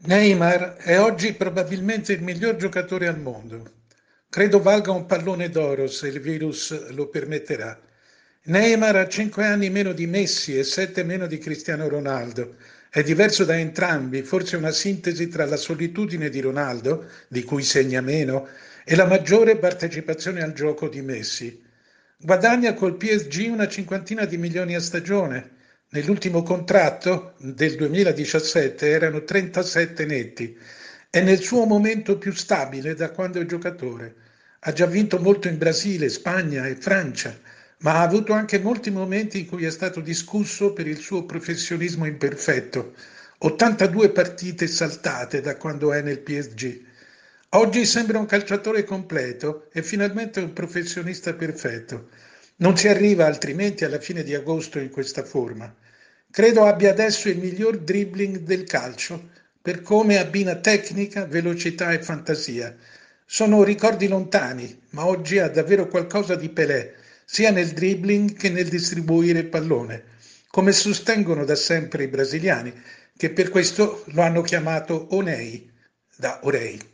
Neymar è oggi probabilmente il miglior giocatore al mondo. Credo valga un pallone d'oro se il virus lo permetterà. Neymar ha 5 anni meno di Messi e 7 meno di Cristiano Ronaldo. È diverso da entrambi, forse una sintesi tra la solitudine di Ronaldo, di cui segna meno, e la maggiore partecipazione al gioco di Messi. Guadagna col PSG una cinquantina di milioni a stagione. Nell'ultimo contratto del 2017 erano 37 netti. È nel suo momento più stabile da quando è giocatore. Ha già vinto molto in Brasile, Spagna e Francia, ma ha avuto anche molti momenti in cui è stato discusso per il suo professionismo imperfetto. 82 partite saltate da quando è nel PSG. Oggi sembra un calciatore completo e finalmente un professionista perfetto. Non si arriva altrimenti alla fine di agosto in questa forma. Credo abbia adesso il miglior dribbling del calcio per come abbina tecnica, velocità e fantasia. Sono ricordi lontani, ma oggi ha davvero qualcosa di Pelé, sia nel dribbling che nel distribuire il pallone, come sostengono da sempre i brasiliani, che per questo lo hanno chiamato Onei, da Orei.